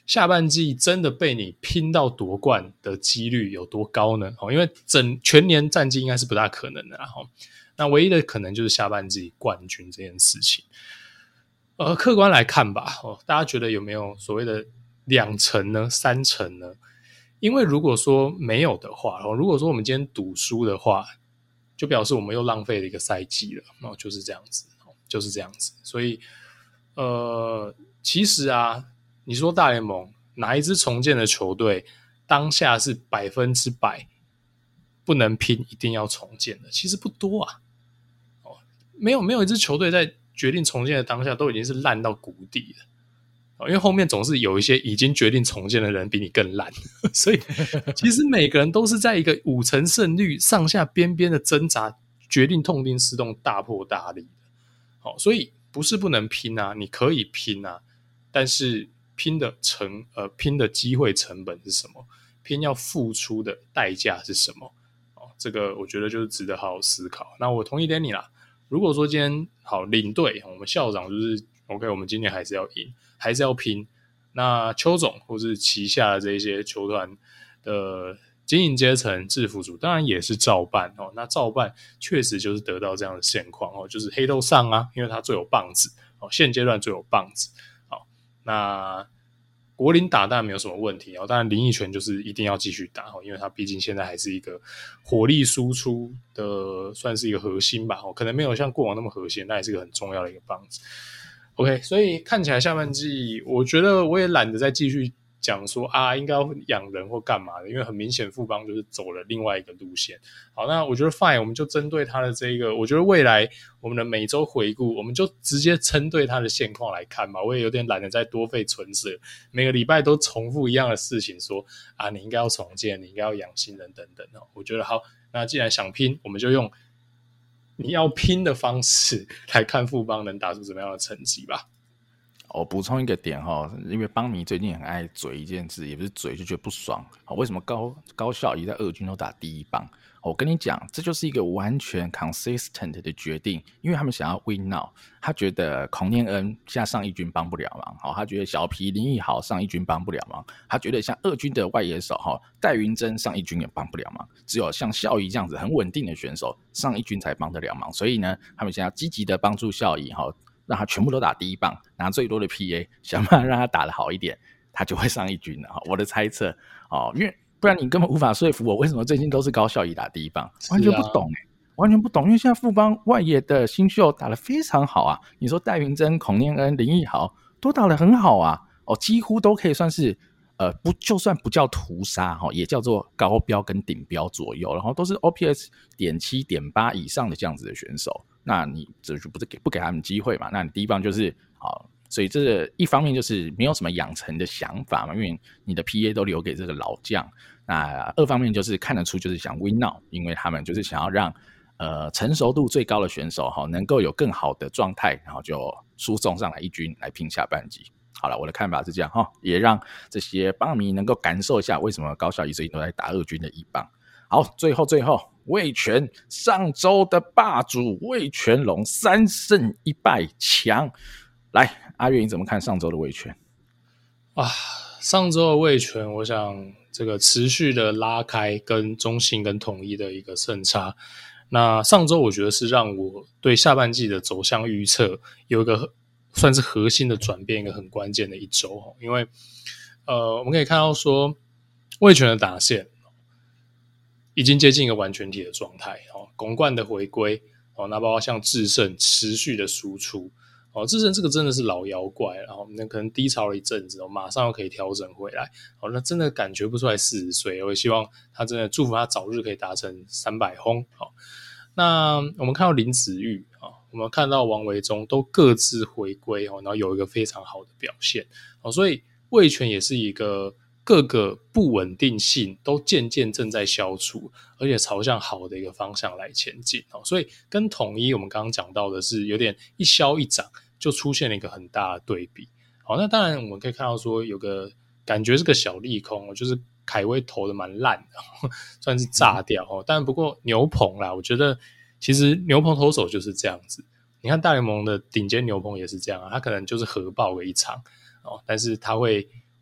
下半季真的被你拼到夺冠的几率有多高呢？因为整全年战绩应该是不大可能的啦。那唯一的可能就是下半季冠军这件事情。呃，客观来看吧，大家觉得有没有所谓的两成呢？三成呢？因为如果说没有的话，如果说我们今天赌输的话，就表示我们又浪费了一个赛季了。哦，就是这样子，就是这样子。所以，呃，其实啊，你说大联盟哪一支重建的球队当下是百分之百不能拼，一定要重建的？其实不多啊。哦，没有没有一支球队在决定重建的当下都已经是烂到谷底了。因为后面总是有一些已经决定重建的人比你更烂，所以其实每个人都是在一个五成胜率上下边边的挣扎，决定痛定思痛，大破大立的。好，所以不是不能拼啊，你可以拼啊，但是拼的成呃拼的机会成本是什么？拼要付出的代价是什么？哦，这个我觉得就是值得好好思考。那我同意 Danny 啦，如果说今天好领队，我们校长就是 OK， 我们今年还是要赢。还是要拼，那邱总或是旗下的这一些球团的经营阶层、制服组当然也是照办哦。那照办确实就是得到这样的现况哦，就是黑豆上啊，因为他最有棒子哦，现阶段最有棒子。好，那国林打当然没有什么问题哦，当然林益全就是一定要继续打哦，因为他毕竟现在还是一个火力输出的，算是一个核心吧哦，可能没有像过往那么核心，但也是一个很重要的一个棒子。OK， 所以看起来下半季，我觉得我也懒得再继续讲说啊，应该要养人或干嘛的，因为很明显富邦就是走了另外一个路线。好，那我觉得 fine， 我们就针对他的这一个，我觉得未来我们的每周回顾，我们就直接针对他的现况来看吧。我也有点懒得再多费唇舌，每个礼拜都重复一样的事情说，说啊，你应该要重建，你应该要养新人等等。我觉得好，那既然想拼，我们就用你要拼的方式来看富邦能打出什么样的成绩吧。 我补充一个点哈，因为邦迷最近很爱嘴一件事，也不是嘴，就觉得不爽。为什么高高孝仪在二军都打第一棒？我跟你讲，这就是一个完全 consistent 的决定，因为他们想要 win now。他觉得孔念恩现在上一军帮不了忙，好，他觉得小皮林奕豪上一军帮不了忙，他觉得像二军的外野手哈戴云珍上一军也帮不了忙，只有像孝仪这样子很稳定的选手上一军才帮得了忙。所以呢，他们现在要积极的帮助孝仪哈。让他全部都打第一棒，拿最多的 P A， 想办法让他打得好一点，他就会上一军了。我的猜测哦，因为不然你根本无法说服我，为什么最近都是高孝仪打第一棒，完全不懂哎、欸，完全不懂。因为现在富邦外野的新秀打得非常好啊，你说戴云珍、孔念恩、林奕豪都打得很好啊，哦，几乎都可以算是呃不就算不叫屠杀哈、哦，也叫做高标跟顶标左右，然后都是 O P S 点七点八以上的这样子的选手。那你这就不是给不给他们机会嘛？那你第一棒就是好，所以这一方面就是没有什么养成的想法嘛，因为你的 P A 都留给这个老将。那二方面就是看得出就是想 win now， 因为他们就是想要让呃成熟度最高的选手哈能够有更好的状态，然后就输送上来一军来拼下半季。好了，我的看法是这样哈，也让这些棒迷能够感受一下为什么高孝仪最近都在打二军的一棒。好，最后最后，味全上周的霸主味全龙三胜一败强。来，阿月你怎么看上周的味全？ 啊，上周的味全，我想这个持续的拉开跟中信跟统一的一个胜差。那上周我觉得是让我对下半季的走向预测有一个算是核心的转变，一个很关键的一周。因为呃，我们可以看到说味全的打线已经接近一个完全体的状态，哦，拱冠的回归，哦，那包括像智胜持续的输出，哦，智胜这个真的是老妖怪，然后那可能低潮了一阵子，哦，马上又可以调整回来，哦，那真的感觉不出来四十岁，我也希望他真的祝福他早日可以达成三百轰，哦，那我们看到林子玉，哦，我们看到王维忠都各自回归，哦，然后有一个非常好的表现，哦，所以味全也是一个各个不稳定性都渐渐正在消除，而且朝向好的一个方向来前进。所以跟统一我们刚刚讲到的是有点一消一长，就出现了一个很大的对比。好，那当然我们可以看到说有个感觉是个小利空，就是凯威投的蛮烂的，算是炸掉。嗯，但不过牛棚啦，我觉得其实牛棚投手就是这样子。你看大联盟的顶尖牛棚也是这样啊，他可能就是核爆个一场，但是他会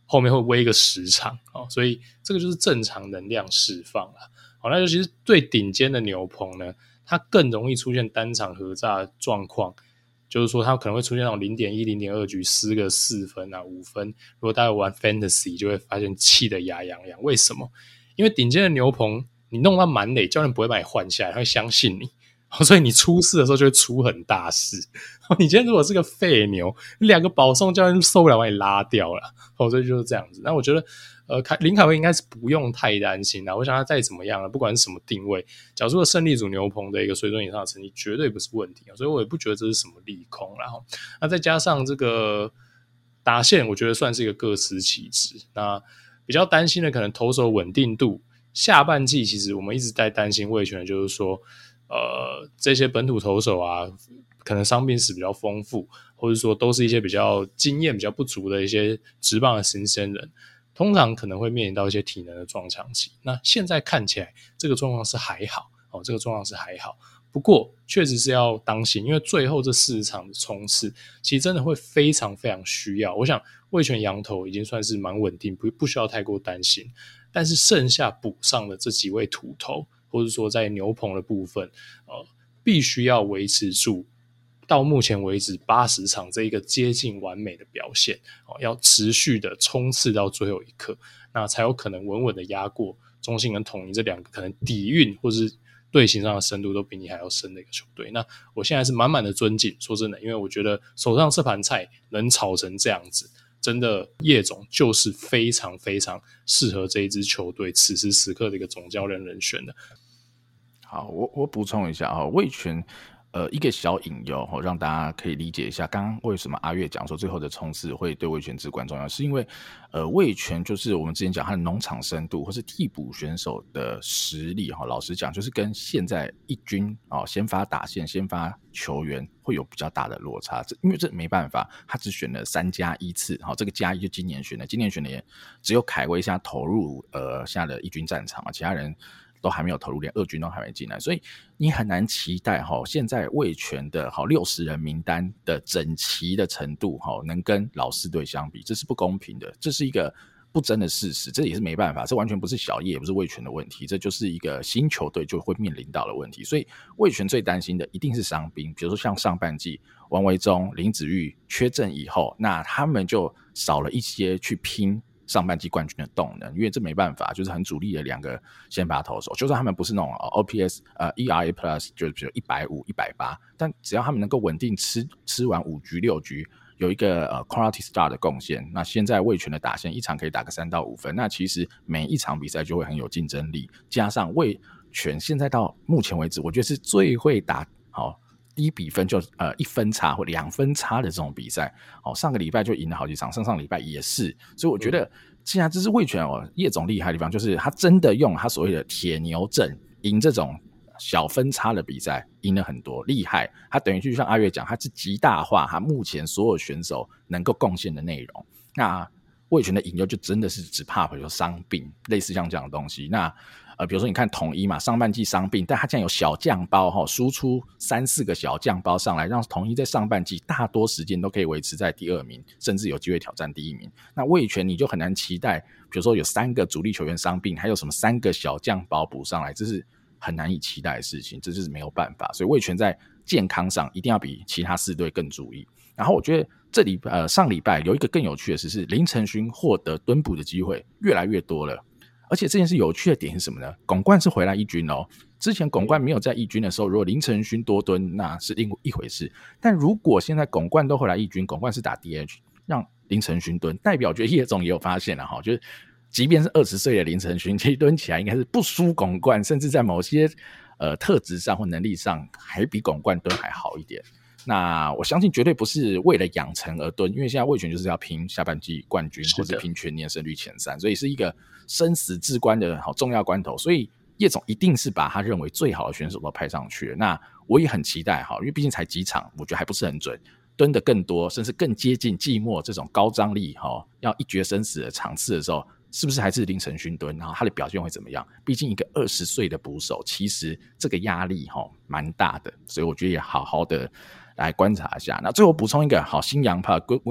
后面会威个十场、哦、所以这个就是正常能量释放啦。好，那尤其是最顶尖的牛棚呢，它更容易出现单场合炸的状况，就是说它可能会出现那种 零点一 零点二 局失个四分啊五分，如果大家玩 Fantasy 就会发现气得牙痒痒。为什么？因为顶尖的牛棚你弄到满垒，教练不会把你换下来，他会相信你，所以你出事的时候就会出很大事。你今天如果是个废牛，两个保送教练受不了把你拉掉了，所以就是这样子。那我觉得呃，林凯威应该是不用太担心啦。我想他再怎么样，不管是什么定位，假如说胜利组牛棚的一个水准以上的成绩绝对不是问题，所以我也不觉得这是什么利空啦。那再加上这个打线我觉得算是一个各司其职，那比较担心的可能投手稳定度，下半季其实我们一直在担心味全的就是说呃，这些本土投手啊可能伤病史比较丰富，或者说都是一些比较经验比较不足的一些职棒的新鲜人，通常可能会面临到一些体能的撞墙期。那现在看起来这个状况是还好、哦、这个状况是还好，不过确实是要当心，因为最后这四十场的冲刺其实真的会非常非常需要。我想味全洋投已经算是蛮稳定， 不, 不需要太过担心，但是剩下补上的这几位土投，或者说在牛棚的部分、呃、必须要维持住到目前为止八十场这一个接近完美的表现、哦、要持续的冲刺到最后一刻，那才有可能稳稳的压过中信跟统一这两个可能底蕴或是队形上的深度都比你还要深的一个球队。那我现在是满满的尊敬，说真的，因为我觉得手上这盘菜能炒成这样子，真的叶总就是非常非常适合这一支球队此时此刻的一个总教练人选的。 好，我我补充一下啊，味全呃一个小引诱、哦、让大家可以理解一下，刚刚为什么阿月讲说最后的冲刺会对味全至关重要，是因为呃味全就是我们之前讲他的农场深度或是替补选手的实力、哦、老实讲就是跟现在一军、哦、先发打线先发球员会有比较大的落差，因为这没办法，他只选了三加一次、哦、这个加一就今年选的，今年选的也只有凯威现在投入呃下的一军战场，其他人都还没有投入，连二军都还没进来，所以你很难期待、哦、现在味全的六十人名单的整齐的程度、哦、能跟老四队相比，这是不公平的，这是一个不争的事实，这也是没办法，这完全不是小叶也不是味全的问题，这就是一个新球队就会面临到的问题。所以味全最担心的一定是伤兵，比如说像上半季王维忠林子玉缺阵以后，那他们就少了一些去拼上半季冠军的动能，因为这没办法，就是很主力的两个先发投手，就算他们不是那种 O P S 呃 E R A Plus 就比如一百五十、一百八十，但只要他们能够稳定吃吃完五局六局，有一个呃 quality start 的贡献，那现在味全的打线一场可以打个三到五分，那其实每一场比赛就会很有竞争力，加上味全现在到目前为止，我觉得是最会打好。低比分就呃一分差或两分差的这种比赛、哦、上个礼拜就赢了好几场，上上礼拜也是，所以我觉得既然这是味全哦，叶总厉害的地方就是他真的用他所谓的铁牛阵赢这种小分差的比赛，赢了很多，厉害。他等于就像阿月讲，他是极大化他目前所有选手能够贡献的内容。那味全的引诱就真的是只怕比如伤病，类似像这样的东西。那呃，比如说你看统一嘛，上半季伤病，但他竟然有小将包哈，输出三四个小将包上来，让统一在上半季大多时间都可以维持在第二名，甚至有机会挑战第一名。那味全你就很难期待，比如说有三个主力球员伤病，还有什么三个小将包补上来，这是很难以期待的事情，这是没有办法。所以味全在健康上一定要比其他四队更注意。然后我觉得这里呃上礼拜有一个更有趣的事是，林承勋获得蹲捕的机会越来越多了。而且这件事有趣的点是什么呢？巩冠是回来一军哦，之前巩冠没有在一军的时候，如果林承勋多蹲那是另一回事，但如果现在巩冠都回来一军，巩冠是打 D H 让林承勋蹲，代表我觉得叶总也有发现了哈，就是即便是二十岁的林承勋，其实蹲起来应该是不输巩冠，甚至在某些呃特质上或能力上还比巩冠蹲还好一点。那我相信绝对不是为了养成而蹲，因为现在味全就是要拼下半季冠军或者拼全年胜率前三，所以是一个生死至关的好重要关头，所以叶总一定是把他认为最好的选手都派上去了。那我也很期待，因为毕竟才几场，我觉得还不是很准，蹲得更多甚至更接近季末这种高张力要一决生死的场次的时候，是不是还是林承勋蹲，然后他的表现会怎么样？毕竟一个二十岁的捕手，其实这个压力蛮大的，所以我觉得也好好的来观察一下。那最后补充一个好新洋炮 Goodwin，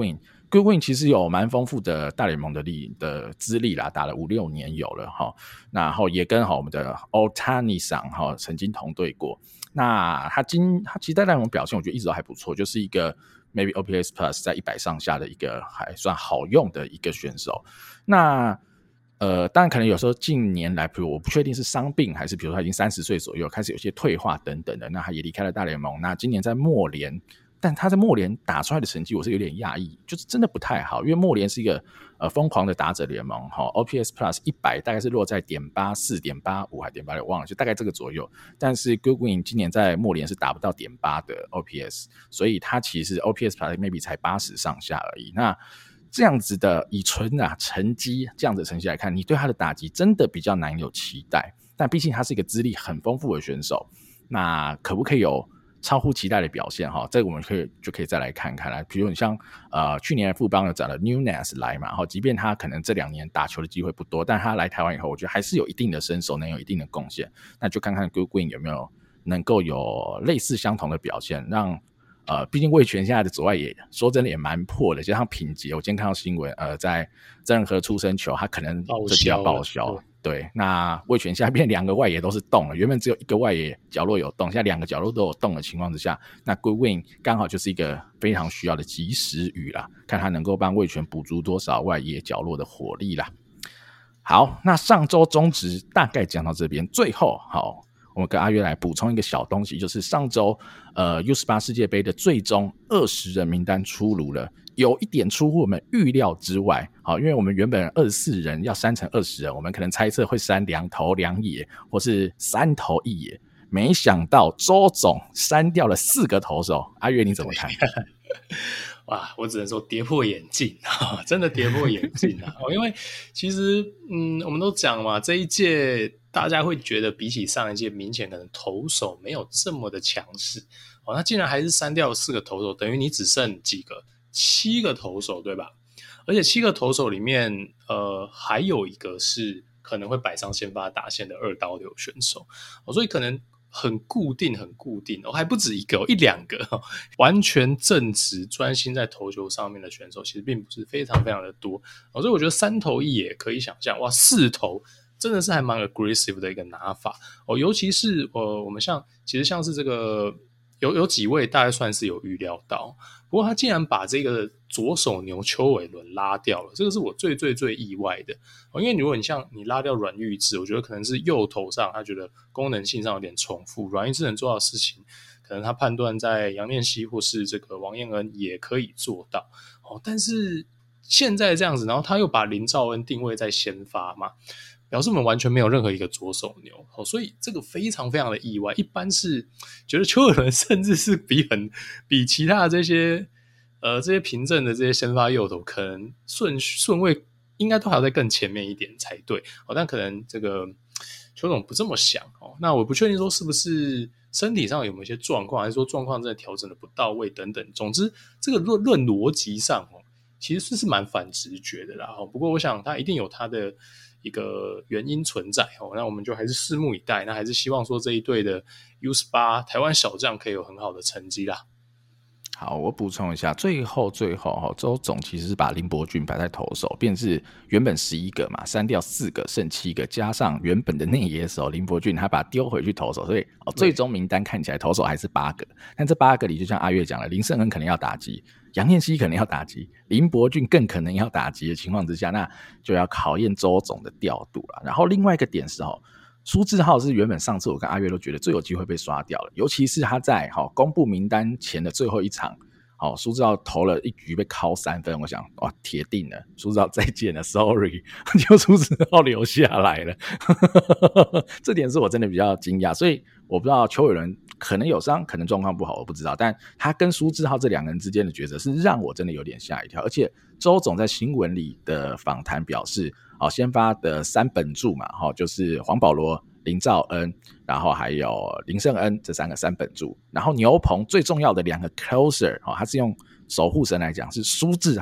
Goodwin 其实有蛮丰富的大联盟的历的资历啦，打了五六年有了哈，然后也跟我们的 Ohtani 桑哈曾经同队过。那他今他其实在大联盟表现，我觉得一直都还不错，就是一个 maybe O P S Plus 在一百上下的一个还算好用的一个选手。那呃，当然可能有时候近年来，比如我不确定是伤病还是比如说他已经三十岁左右开始有些退化等等的，那他也离开了大联盟。那今年在末联，但他在末联打出来的成绩我是有点讶异，就是真的不太好，因为末联是一个呃疯狂的打者联盟， O P S Plus 一百大概是落在 点八四 点八五 还 点八六 忘了，就大概这个左右。但是 Goodwin 今年在末联是达不到 点八 的 O P S， 所以他其实 O P S Plus maybe 才八十上下而已。那这样子的以纯啊成绩这样子的成绩来看，你对他的打击真的比较难有期待，但毕竟他是一个资历很丰富的选手，那可不可以有超乎期待的表现哈？这个我们可以就可以再来看看啦。比如你像呃去年富邦有找了 Nunez 来嘛，即便他可能这两年打球的机会不多，但他来台湾以后，我觉得还是有一定的身手，能有一定的贡献。那就看看 Goodwin 有没有能够有类似相同的表现，让呃，毕竟味全现在的左外野说真的也蛮破的，就像品杰，我今天看到新闻，呃，在任何出生球他可能这就要报销。对，那味全现在变两个外野都是动了，原本只有一个外野角落有动，现在两个角落都有动的情况之下，那 Goodwin 刚好就是一个非常需要的及时雨啦，看他能够帮味全补足多少外野角落的火力啦。好，那上周中职大概讲到这边，最后好。我们跟阿约来补充一个小东西，就是上周呃 U 十八 世界杯的最终二十人名单出炉了，有一点出乎我们预料之外。好，因为我们原本二十四人要删成二十人，我们可能猜测会删两投两野或是三投一野，没想到周总删掉了四个投手。阿约你怎么看？ 哇，我只能说跌破眼镜，真的跌破眼镜啊！因为其实，嗯，我们都讲嘛，这一届大家会觉得比起上一届，明显可能投手没有这么的强势。哦，那竟然还是删掉了四个投手，等于你只剩几个？七个投手，对吧？而且七个投手里面，呃，还有一个是可能会摆上先发打线的二刀流选手，哦，所以可能很固定很固定，哦，还不止一个，哦，一两个，哦，完全正直专心在投球上面的选手其实并不是非常非常的多，哦，所以我觉得三投一也可以想象，哇，四投真的是还蛮 aggressive 的一个拿法，哦，尤其是呃我们像其实像是这个有有几位大概算是有预料到，不过他竟然把这个左手牛邱伟伦拉掉了，这个是我最最最意外的，哦，因为如果你像你拉掉阮玉志，我觉得可能是右头上他觉得功能性上有点重复，阮玉志能做到的事情可能他判断在杨念熙或是这个王彦恩也可以做到，哦，但是现在这样子，然后他又把林兆恩定位在先发嘛，表示我们完全没有任何一个左手牛，哦，所以这个非常非常的意外。一般是觉得邱伟伦甚至是比很比其他的这些呃这些凭证的这些先发右投，可能顺顺位应该都还要在更前面一点才对，哦，但可能这个邱总不这么想，哦，那我不确定说是不是身体上有没有一些状况，还是说状况真的调整的不到位等等。总之，这个论论逻辑上，哦，其实是蛮反直觉的啦，哦，不过我想他一定有他的一个原因存在，哦，那我们就还是拭目以待，那还是希望说这一队的 U 十八 台湾小将可以有很好的成绩啦。 好，我补充一下，最后最后周总其实是把林伯俊摆在投手，便是原本十一个嘛，删掉四个剩七个，加上原本的内野手林伯俊，他把他丢回去投手，所以，哦，最终名单看起来投手还是八个，但这八个里就像阿月讲了，林胜恩可能要打击，杨念熙可能要打击，林伯俊更可能要打击的情况之下，那就要考验周总的调度了。然后另外一个点是哦，苏智浩是原本上次我跟阿月都觉得最有机会被刷掉了，尤其是他在，哦，公布名单前的最后一场，哦，苏智浩投了一局被敲三分，我想哇，铁定了，苏智浩再见了 ，sorry， 就苏智浩留下来了，这点是我真的比较惊讶，所以我不知道邱伟伦可能有伤，可能状况不好，我不知道，但他跟苏智浩这两个人之间的抉择是让我真的有点吓一跳，而且周总在新闻里的访谈表示，哦，先发的三本柱嘛，哦，就是黄保罗、林兆恩，然后还有林胜恩这三个三本柱，然后牛棚最重要的两个 closer，哦，他是用守护神来讲是苏智浩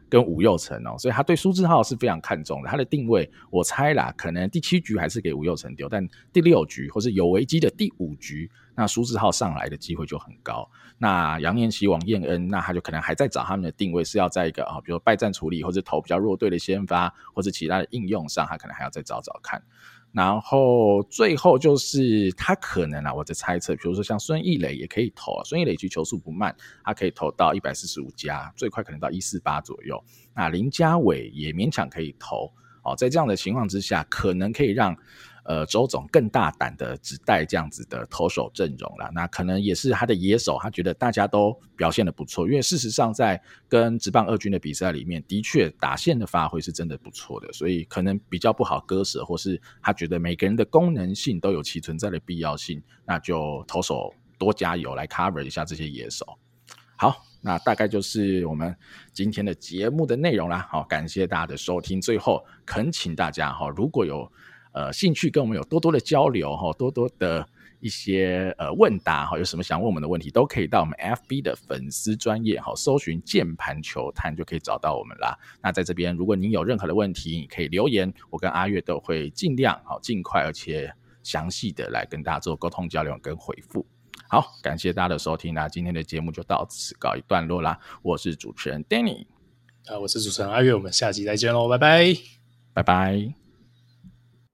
跟吴佑成哦，所以他对苏志浩是非常看重的。他的定位我猜啦，可能第七局还是给吴佑成丢，但第六局或是有危机的第五局，那苏志浩上来的机会就很高。那杨念琪、王彦恩，那他就可能还在找他们的定位是要在一个啊，比如败战处理或者投比较弱队的先发，或者其他的应用上，他可能还要再找找看。然后最后就是他可能啊，我的猜测，比如说像孙艺磊也可以投啊，孙艺磊其实球速不慢，他可以投到一百四十五加，最快可能到一百四十八左右。那林家伟也勉强可以投哦，在这样的情况之下，可能可以让呃周总更大胆的只带这样子的投手阵容啦。那可能也是他的野手，他觉得大家都表现得不错，因为事实上在跟职棒二军的比赛里面，的确打线的发挥是真的不错的，所以可能比较不好割舍，或是他觉得每个人的功能性都有其存在的必要性，那就投手多加油来 cover 一下这些野手。好，那大概就是我们今天的节目的内容啦。好，感谢大家的收听。最后恳请大家哈，如果有呃兴趣跟我们有多多的交流哈，多多的一些呃问答哈，有什么想问我们的问题，都可以到我们 F B 的粉丝专页哈，搜寻键盘球探就可以找到我们啦。那在这边，如果您有任何的问题，你可以留言，我跟阿月都会尽量好尽快而且详细的来跟大家做沟通交流跟回复。好，感谢大家的收听，那今天的节目就到此告一段落啦。我是主持人 Danny， 啊，我是主持人阿月，我们下期再见喽，拜拜， 拜拜。